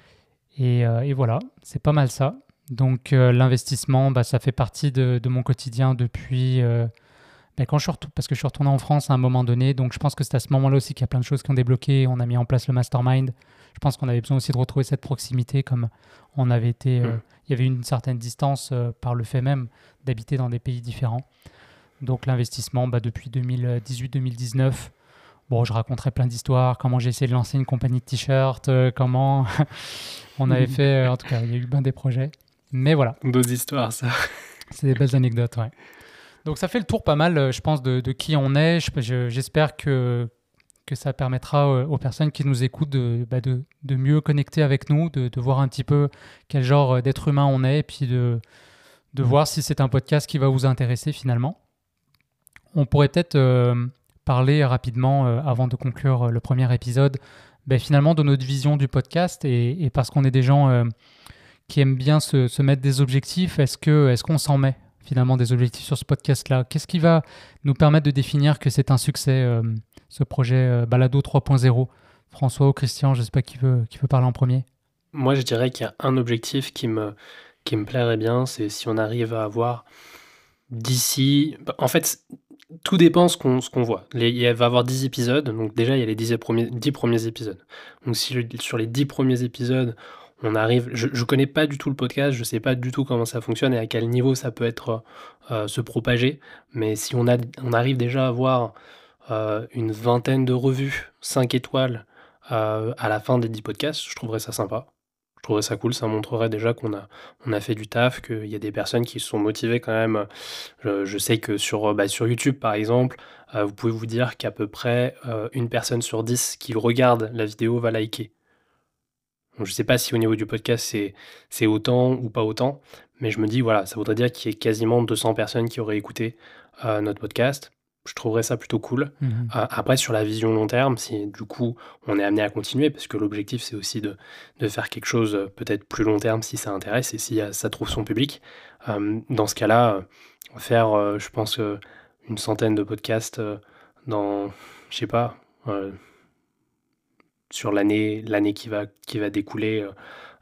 Et voilà, c'est pas mal ça. Donc l'investissement, ça fait partie de mon quotidien depuis... parce que je suis retourné en France à un moment donné, donc je pense que c'est à ce moment-là aussi qu'il y a plein de choses qui ont débloqué. On a mis en place le mastermind. Je pense qu'on avait besoin aussi de retrouver cette proximité, comme on avait été. Il y avait une certaine distance par le fait même d'habiter dans des pays différents. Donc l'investissement, depuis 2018-2019, bon, je raconterai plein d'histoires. Comment j'ai essayé de lancer une compagnie de t-shirts, comment on avait fait. En tout cas, il y a eu bien des projets. Mais voilà. D'autres histoires, ça. C'est des belles anecdotes, ouais. Donc ça fait le tour pas mal, je pense, de qui on est. J'espère que ça permettra aux personnes qui nous écoutent de mieux connecter avec nous, de voir un petit peu quel genre d'être humain on est, et puis de voir si c'est un podcast qui va vous intéresser finalement. On pourrait peut-être parler rapidement, avant de conclure le premier épisode, finalement de notre vision du podcast, et parce qu'on est des gens qui aiment bien se mettre des objectifs, est-ce qu'on s'en met finalement des objectifs sur ce podcast-là? Qu'est-ce qui va nous permettre de définir que c'est un succès, ce projet Balado 3.0? François ou Christian, je ne sais pas qui veut parler en premier. Moi, je dirais qu'il y a un objectif qui me plairait bien, c'est si on arrive à avoir d'ici... En fait, tout dépend ce qu'on voit. Il va y avoir 10 épisodes, donc déjà, il y a les 10 premiers épisodes. Donc si sur les 10 premiers épisodes, on arrive... Je connais pas du tout le podcast, je sais pas du tout comment ça fonctionne et à quel niveau ça peut être se propager, mais si on arrive déjà à avoir une vingtaine de revues, 5 étoiles à la fin des 10 podcasts, je trouverais ça sympa. Je trouverais ça cool, ça montrerait déjà qu'on a fait du taf, qu'il y a des personnes qui se sont motivées quand même. Je sais que sur YouTube, par exemple, vous pouvez vous dire qu'à peu près une personne sur 10 qui regarde la vidéo va liker. Donc, je ne sais pas si au niveau du podcast, c'est autant ou pas autant, mais je me dis, voilà, ça voudrait dire qu'il y ait quasiment 200 personnes qui auraient écouté notre podcast. Je trouverais ça plutôt cool. Après, sur la vision long terme, si du coup on est amené à continuer, parce que l'objectif c'est aussi de faire quelque chose peut-être plus long terme si ça intéresse et si ça trouve son public. Dans ce cas-là, faire, je pense, une centaine de podcasts dans, je sais pas, sur l'année qui va découler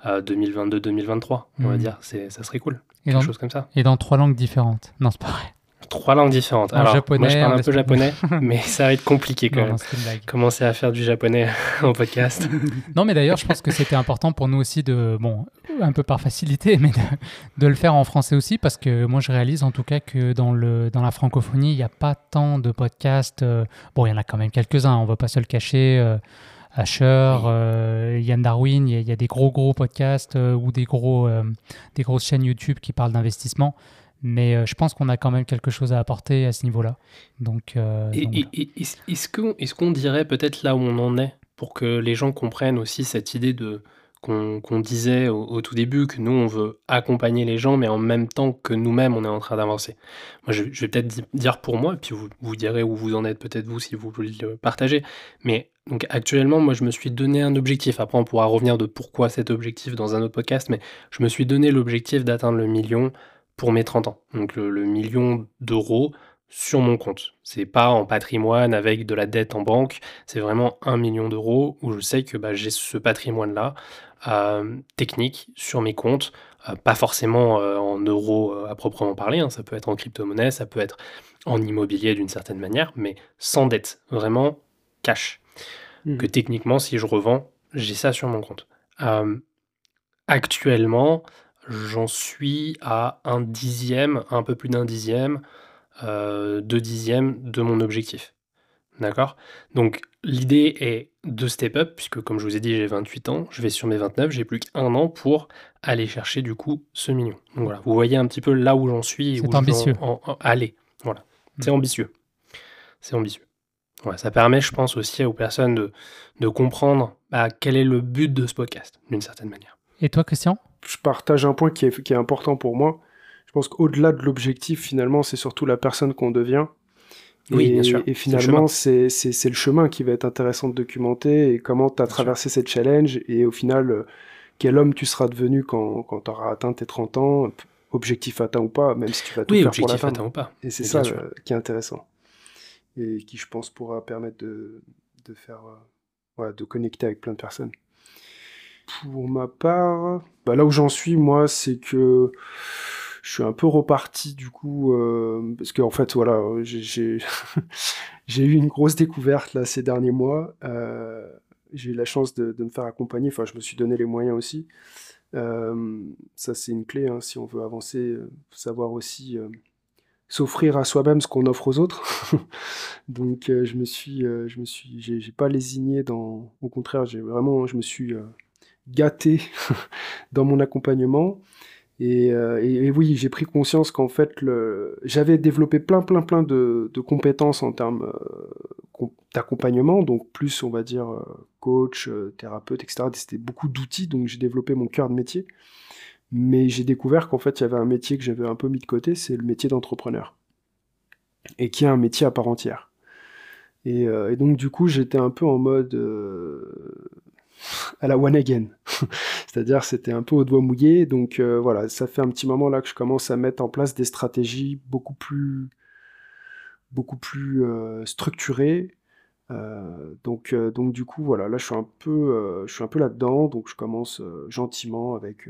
2022-2023, on va dire, ça serait cool. Quelque chose comme ça. Et dans 3 langues différentes. Non, c'est pas vrai. 3 langues différentes. En Alors, moi, je japonais, parle en un peu espagnol. japonais, mais ça va être compliqué quand Non, même. non, c'est une blague. Commencer à faire du japonais en podcast. Non, mais d'ailleurs, je pense que c'était important pour nous aussi bon, un peu par facilité, mais de le faire en français aussi, parce que moi, je réalise en tout cas que dans la francophonie, il n'y a pas tant de podcasts. Bon, il y en a quand même quelques-uns, on ne va pas se le cacher. Asher, Yann Darwin, il y a des gros podcasts ou des grosses chaînes YouTube qui parlent d'investissement. Mais je pense qu'on a quand même quelque chose à apporter à ce niveau-là. Donc, voilà. Est-ce qu'on dirait peut-être là où on en est pour que les gens comprennent aussi cette idée qu'on disait au tout début, que nous, on veut accompagner les gens, mais en même temps que nous-mêmes, on est en train d'avancer. Moi, je vais peut-être dire pour moi, et puis vous direz où vous en êtes peut-être vous, si vous voulez le partager. Mais donc actuellement, moi, je me suis donné un objectif. Après, on pourra revenir de pourquoi cet objectif dans un autre podcast, mais je me suis donné l'objectif d'atteindre le million pour mes 30 ans. Donc le million d'euros sur mon compte. C'est pas en patrimoine avec de la dette en banque, c'est vraiment 1 million d'euros où je sais que j'ai ce patrimoine-là, technique, sur mes comptes, pas forcément en euros à proprement parler, hein, ça peut être en crypto-monnaie, ça peut être en immobilier d'une certaine manière, mais sans dette, vraiment cash. Que techniquement, si je revends, j'ai ça sur mon compte. Actuellement, j'en suis à un dixième, un peu plus d'un dixième, 2 dixièmes de mon objectif. D'accord? Donc l'idée est de step up, puisque comme je vous ai dit, j'ai 28 ans, je vais sur mes 29, j'ai plus qu'1 an pour aller chercher du coup ce million. Donc voilà, vous voyez un petit peu là où j'en suis et où C'est ambitieux. je veux aller. Voilà, c'est ambitieux. C'est ambitieux. Ouais, ça permet, je pense, aussi aux personnes de comprendre quel est le but de ce podcast, d'une certaine manière. Et toi, Christian? Je partage un point qui est important pour moi. Je pense qu'au-delà de l'objectif, finalement, c'est surtout la personne qu'on devient. Oui, bien sûr. Et finalement, c'est le chemin qui va être intéressant de documenter et comment tu as traversé cette challenge et au final, quel homme tu seras devenu quand tu auras atteint tes 30 ans, objectif atteint ou pas, même si tu vas tout faire pour l'atteindre. Atteint ou pas. Et c'est ça qui est intéressant et qui, je pense, pourra permettre de faire, de connecter avec plein de personnes. Pour ma part, là où j'en suis, moi, c'est que je suis un peu reparti du coup, parce qu'en fait, voilà, j'ai eu une grosse découverte là ces derniers mois. J'ai eu la chance de me faire accompagner, enfin, je me suis donné les moyens aussi. Ça, c'est une clé, hein, si on veut avancer, faut savoir aussi s'offrir à soi-même ce qu'on offre aux autres. Donc, j'ai pas lésiné au contraire, je me suis gâté dans mon accompagnement. Et oui, j'ai pris conscience qu'en fait, j'avais développé plein de compétences en termes d'accompagnement, donc plus, on va dire, coach, thérapeute, etc. C'était beaucoup d'outils, donc j'ai développé mon cœur de métier. Mais j'ai découvert qu'en fait, il y avait un métier que j'avais un peu mis de côté, c'est le métier d'entrepreneur. Et qui est un métier à part entière. Et donc, du coup, j'étais un peu en mode à la one again. C'est-à-dire, c'était un peu au doigt mouillé. Donc, voilà, ça fait un petit moment là que je commence à mettre en place des stratégies beaucoup plus structurées. Donc, du coup, voilà, là, je suis un peu là-dedans. Donc, je commence gentiment avec...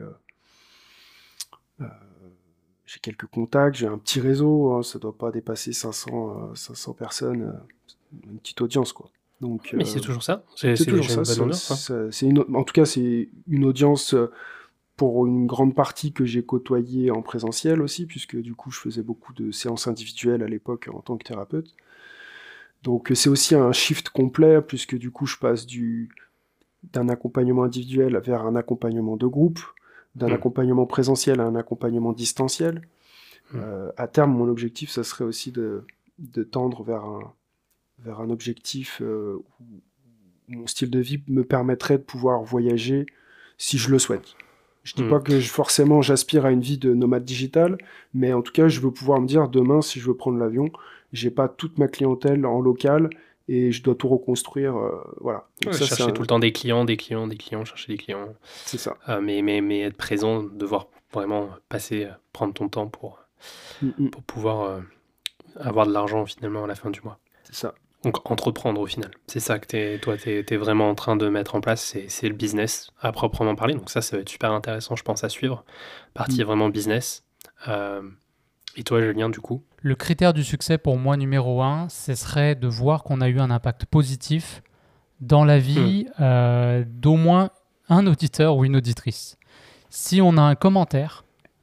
j'ai quelques contacts, j'ai un petit réseau, hein, ça doit pas dépasser 500 personnes, une petite audience, quoi. Donc, mais c'est toujours ça. C'est toujours déjà ça. une bonne audience. En tout cas, c'est une audience pour une grande partie que j'ai côtoyée en présentiel aussi, puisque du coup, je faisais beaucoup de séances individuelles à l'époque en tant que thérapeute. Donc, c'est aussi un shift complet, puisque du coup, je passe d'un accompagnement individuel vers un accompagnement de groupe, d'un accompagnement présentiel à un accompagnement distanciel. À terme, mon objectif, ça serait aussi de tendre vers un objectif où mon style de vie me permettrait de pouvoir voyager si je le souhaite. Je dis pas que forcément j'aspire à une vie de nomade digital, mais en tout cas, je veux pouvoir me dire demain, si je veux prendre l'avion, j'ai pas toute ma clientèle en local et je dois tout reconstruire. Voilà. Donc ça, chercher tout le temps des clients, chercher des clients. C'est ça. Mais être présent, devoir vraiment prendre ton temps pour pouvoir avoir de l'argent finalement à la fin du mois. C'est ça. Donc entreprendre au final. C'est ça que t'es vraiment en train de mettre en place, c'est le business à proprement parler. Donc ça va être super intéressant, je pense, à suivre. Partie vraiment business. Et toi, Julien, du coup? le critère du succès pour moi numéro 1, ce serait de voir qu'on a eu un impact positif dans la vie d'au moins un auditeur ou une auditrice. Si on a un commentaire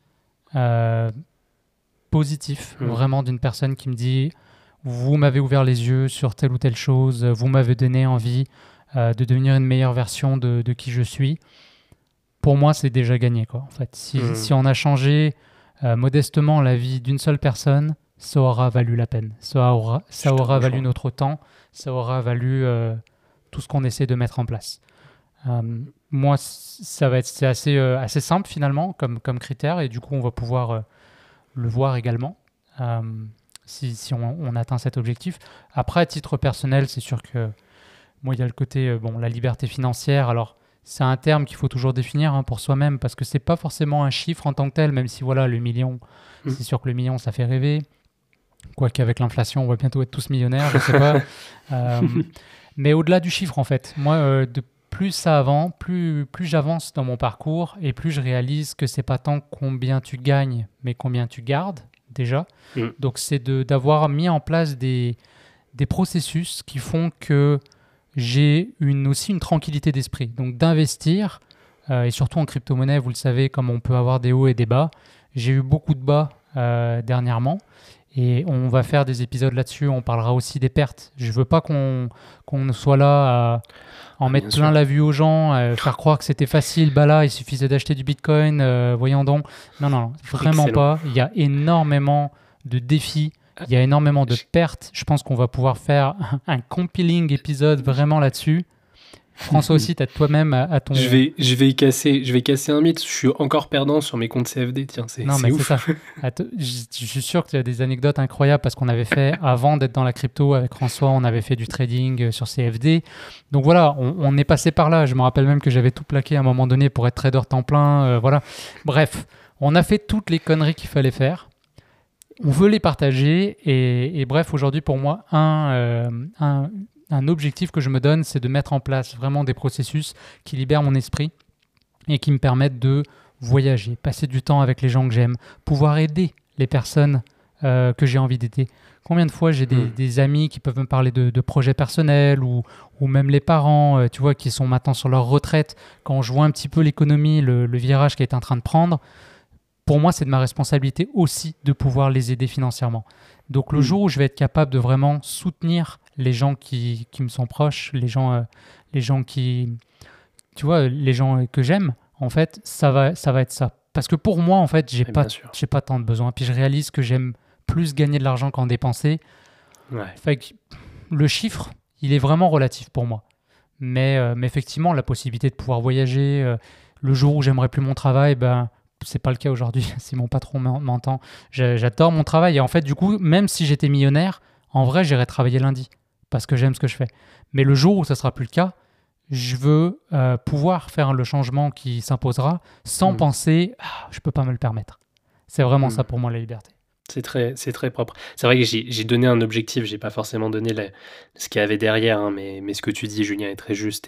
positif, vraiment d'une personne qui me dit « Vous m'avez ouvert les yeux sur telle ou telle chose, vous m'avez donné envie de devenir une meilleure version de qui je suis », pour moi, c'est déjà gagné, quoi, en fait. Si on a changé modestement la vie d'une seule personne, ça aura valu la peine. Ça aura valu notre temps, ça aura valu tout ce qu'on essaie de mettre en place. Moi, c'est assez simple finalement comme critère, et du coup, on va pouvoir le voir également si on atteint cet objectif. Après, à titre personnel, c'est sûr que moi, il y a le côté, la liberté financière. Alors, c'est un terme qu'il faut toujours définir pour soi-même, parce que c'est pas forcément un chiffre en tant que tel, même si voilà, le million, c'est sûr que le million, ça fait rêver. Quoique avec l'inflation, on va bientôt être tous millionnaires, je sais pas. Mais au-delà du chiffre, en fait, moi, plus ça avance, plus j'avance dans mon parcours, et plus je réalise que c'est pas tant combien tu gagnes, mais combien tu gardes déjà. Donc c'est d'avoir mis en place des processus qui font que j'ai aussi une tranquillité d'esprit. Donc d'investir, et surtout en crypto-monnaie, vous le savez, comme on peut avoir des hauts et des bas. J'ai eu beaucoup de bas dernièrement, et on va faire des épisodes là-dessus. On parlera aussi des pertes. Je veux pas qu'on soit là à en mettre plein la vue aux gens, faire croire que c'était facile. Bah là, il suffisait d'acheter du Bitcoin, voyons donc. Non, vraiment pas. Il y a énormément de défis. Il y a énormément de pertes. Je pense qu'on va pouvoir faire un compiling épisode vraiment là-dessus. François aussi, tu as toi-même à ton... Je vais casser un mythe. Je suis encore perdant sur mes comptes CFD. Tiens, c'est ouf. C'est ça. Je suis sûr que tu as des anecdotes incroyables, parce qu'on avait fait, avant d'être dans la crypto avec François, on avait fait du trading sur CFD. Donc voilà, on est passé par là. Je me rappelle même que j'avais tout plaqué à un moment donné pour être trader temps plein. Voilà. Bref, on a fait toutes les conneries qu'il fallait faire. On veut les partager, et bref, aujourd'hui pour moi, un objectif que je me donne, c'est de mettre en place vraiment des processus qui libèrent mon esprit et qui me permettent de voyager, passer du temps avec les gens que j'aime, pouvoir aider les personnes que j'ai envie d'aider. Combien de fois j'ai des amis qui peuvent me parler de projets personnels, ou même les parents, tu vois, qui sont maintenant sur leur retraite. Quand je vois un petit peu l'économie, le virage qu'elle est en train de prendre, pour moi, c'est de ma responsabilité aussi de pouvoir les aider financièrement. Donc, le jour où je vais être capable de vraiment soutenir les gens qui me sont proches, les gens qui, tu vois, les gens que j'aime, en fait, ça va être ça. Parce que pour moi, en fait, j'ai pas tant de besoins. Puis je réalise que j'aime plus gagner de l'argent qu'en dépenser. Ouais. Fait que le chiffre, il est vraiment relatif pour moi. Mais effectivement, la possibilité de pouvoir voyager, le jour où j'aimerais plus mon travail, c'est pas le cas aujourd'hui, si mon patron m'entend. J'adore mon travail, et en fait, du coup, même si j'étais millionnaire, en vrai, j'irais travailler lundi, parce que j'aime ce que je fais. Mais le jour où ça sera plus le cas, je veux pouvoir faire le changement qui s'imposera sans penser je peux pas me le permettre. C'est vraiment ça pour moi, la liberté. C'est très propre. C'est vrai que j'ai donné un objectif, j'ai pas forcément donné ce qu'il y avait derrière, mais ce que tu dis, Julien, est très juste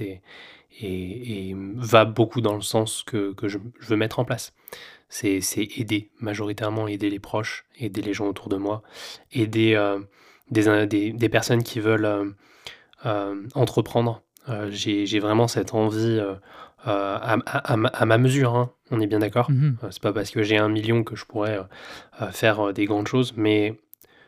et va beaucoup dans le sens que je veux mettre en place. C'est majoritairement aider les proches, aider les gens autour de moi, aider des personnes qui veulent entreprendre. J'ai vraiment cette envie à ma mesure, hein. On est bien d'accord. C'est pas parce que j'ai 1 million que je pourrais faire des grandes choses, mais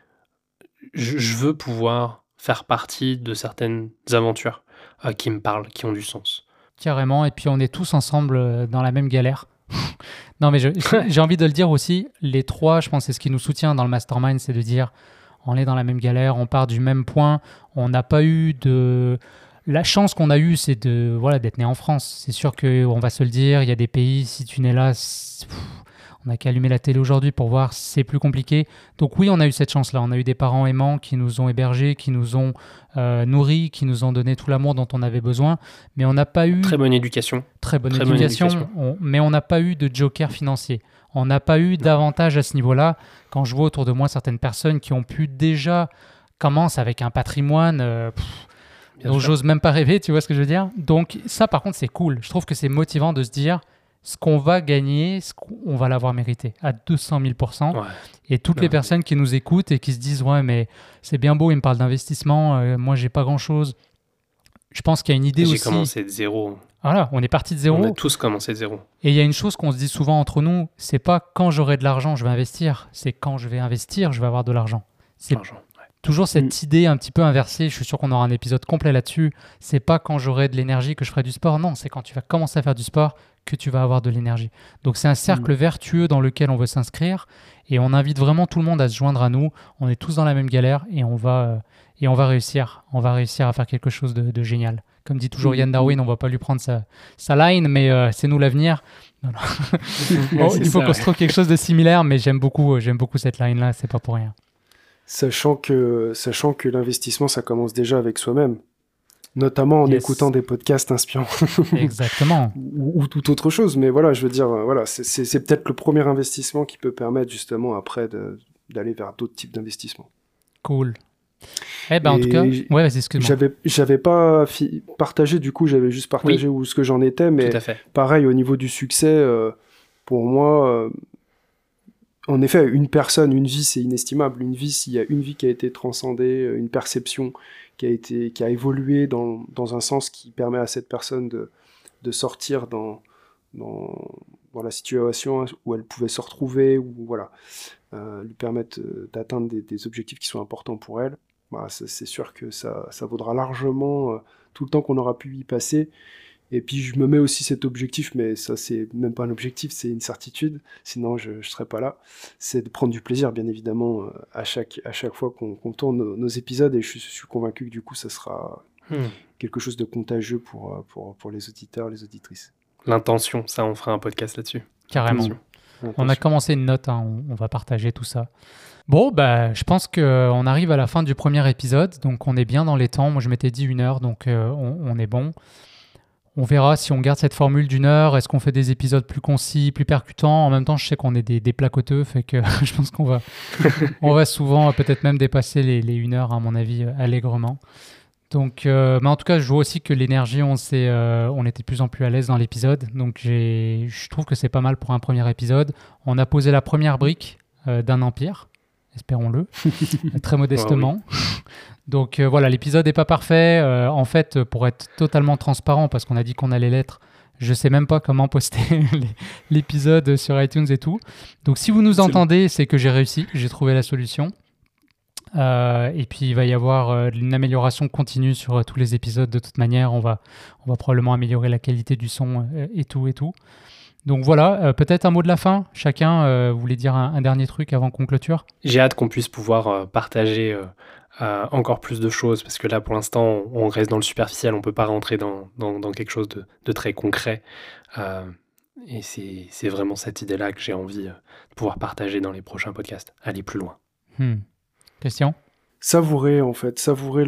je veux pouvoir faire partie de certaines aventures qui me parlent, qui ont du sens. Carrément, et puis on est tous ensemble dans la même galère. Non, mais j'ai envie de le dire aussi, les trois, je pense, c'est ce qui nous soutient dans le mastermind, c'est de dire on est dans la même galère, on part du même point, on n'a pas eu de... La chance qu'on a eue, c'est d'être né en France. C'est sûr qu'on va se le dire, il y a des pays, si tu n'es là, on n'a qu'à allumer la télé aujourd'hui pour voir, c'est plus compliqué. Donc oui, on a eu cette chance-là. On a eu des parents aimants qui nous ont hébergés, qui nous ont nourris, qui nous ont donné tout l'amour dont on avait besoin. Mais on n'a pas eu... Très bonne éducation. Très bonne éducation. Mais on n'a pas eu de joker financier. On n'a pas eu d'avantage à ce niveau-là. Quand je vois autour de moi certaines personnes qui ont pu déjà commencer avec un patrimoine... dont j'ose même pas rêver, tu vois ce que je veux dire? Donc ça, par contre, c'est cool. Je trouve que c'est motivant de se dire, ce qu'on va gagner, on va l'avoir mérité à 200 000%. Ouais. Et toutes les personnes qui nous écoutent et qui se disent « Ouais, mais c'est bien beau, il me parle d'investissement, moi, j'ai pas grand-chose. » Je pense qu'il y a une idée aussi... J'ai commencé de zéro. Voilà, on est parti de zéro. On a tous commencé de zéro. Et il y a une chose qu'on se dit souvent entre nous, c'est pas quand j'aurai de l'argent, je vais investir. C'est quand je vais investir, je vais avoir de l'argent. C'est toujours cette idée un petit peu inversée. Je suis sûr qu'on aura un épisode complet là-dessus. C'est pas quand j'aurai de l'énergie que je ferai du sport. Non, c'est quand tu vas commencer à faire du sport que tu vas avoir de l'énergie. Donc c'est un cercle vertueux dans lequel on veut s'inscrire. Et on invite vraiment tout le monde à se joindre à nous. On est tous dans la même galère et on va réussir. On va réussir à faire quelque chose de génial. Comme dit toujours Yann Darwin, on ne va pas lui prendre sa line, mais c'est nous l'avenir. Non. Bon, il faut qu'on se trouve quelque chose de similaire, mais j'aime beaucoup cette line-là, c'est pas pour rien. Sachant que l'investissement, ça commence déjà avec soi-même. Notamment en écoutant des podcasts inspirants. Exactement. ou toute autre chose. Mais voilà, je veux dire, voilà, c'est peut-être le premier investissement qui peut permettre justement après d'aller vers d'autres types d'investissements. Cool. Eh ben, en tout cas, ouais, vas-y, excuse-moi. J'avais pas partagé, du coup, j'avais juste partagé où ce que j'en étais, mais pareil, au niveau du succès, pour moi, en effet, une personne, une vie, c'est inestimable. Une vie, s'il y a une vie qui a été transcendée, une perception qui a évolué dans un sens qui permet à cette personne de sortir dans la situation où elle pouvait se retrouver, ou voilà, lui permettre d'atteindre des objectifs qui sont importants pour elle. Bah, c'est sûr que ça vaudra largement tout le temps qu'on aura pu y passer. Et puis je me mets aussi cet objectif, mais ça c'est même pas un objectif, c'est une certitude, sinon je serais pas là. C'est de prendre du plaisir, bien évidemment, à chaque fois qu'on tourne nos épisodes, et je suis convaincu que du coup ça sera quelque chose de contagieux pour les auditeurs, les auditrices. L'intention, ça on fera un podcast là-dessus. Carrément. On a commencé une note, hein, on va partager tout ça. Bon, bah, je pense qu'on arrive à la fin du premier épisode, donc on est bien dans les temps. Moi, je m'étais dit 1 heure, donc on est bon. On verra si on garde cette formule d'1 heure. Est-ce qu'on fait des épisodes plus concis, plus percutants? En même temps, je sais qu'on est des placoteux, fait que je pense qu'on va souvent peut-être même dépasser les 1 heure, à mon avis, allègrement. Donc, mais en tout cas, je vois aussi que l'énergie, on était de plus en plus à l'aise dans l'épisode. Donc, je trouve que c'est pas mal pour un premier épisode. On a posé la première brique d'un empire. Espérons-le, très modestement. Oui. Donc voilà, l'épisode n'est pas parfait. En fait, pour être totalement transparent, parce qu'on a dit qu'on allait l'être, je ne sais même pas comment poster l'épisode sur iTunes et tout. Donc si vous nous entendez, c'est que j'ai réussi, j'ai trouvé la solution. Et puis il va y avoir une amélioration continue sur tous les épisodes. De toute manière, on va probablement améliorer la qualité du son et tout. Donc voilà, peut-être un mot de la fin. Chacun voulait dire un dernier truc avant qu'on clôture. J'ai hâte qu'on puisse pouvoir partager encore plus de choses, parce que là, pour l'instant, on reste dans le superficiel, on ne peut pas rentrer dans quelque chose de très concret. Et c'est vraiment cette idée-là que j'ai envie de pouvoir partager dans les prochains podcasts, aller plus loin. Question ? Savourer, en fait, savourer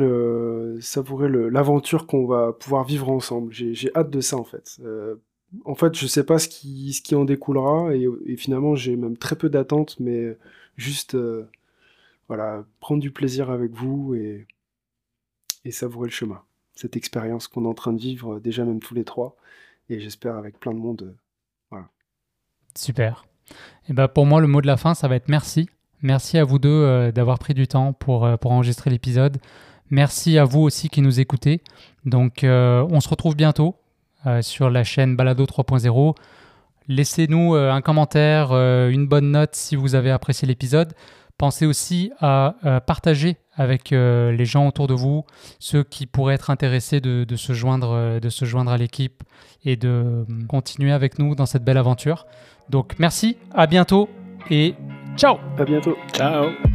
l'aventure qu'on va pouvoir vivre ensemble. J'ai hâte de ça, en fait. En fait, je sais pas ce qui en découlera, et finalement, j'ai même très peu d'attentes, mais juste, voilà, prendre du plaisir avec vous et savourer le chemin. Cette expérience qu'on est en train de vivre, déjà même tous les trois, et j'espère avec plein de monde. Voilà. Super. Et ben pour moi, le mot de la fin, ça va être merci. Merci à vous deux d'avoir pris du temps pour enregistrer l'épisode. Merci à vous aussi qui nous écoutez. Donc, on se retrouve bientôt sur la chaîne Balado 3.0. Laissez-nous un commentaire, une bonne note si vous avez apprécié l'épisode. Pensez aussi à partager avec les gens autour de vous, ceux qui pourraient être intéressés de se joindre à l'équipe et de continuer avec nous dans cette belle aventure. Donc merci, à bientôt et ciao! À bientôt. Ciao!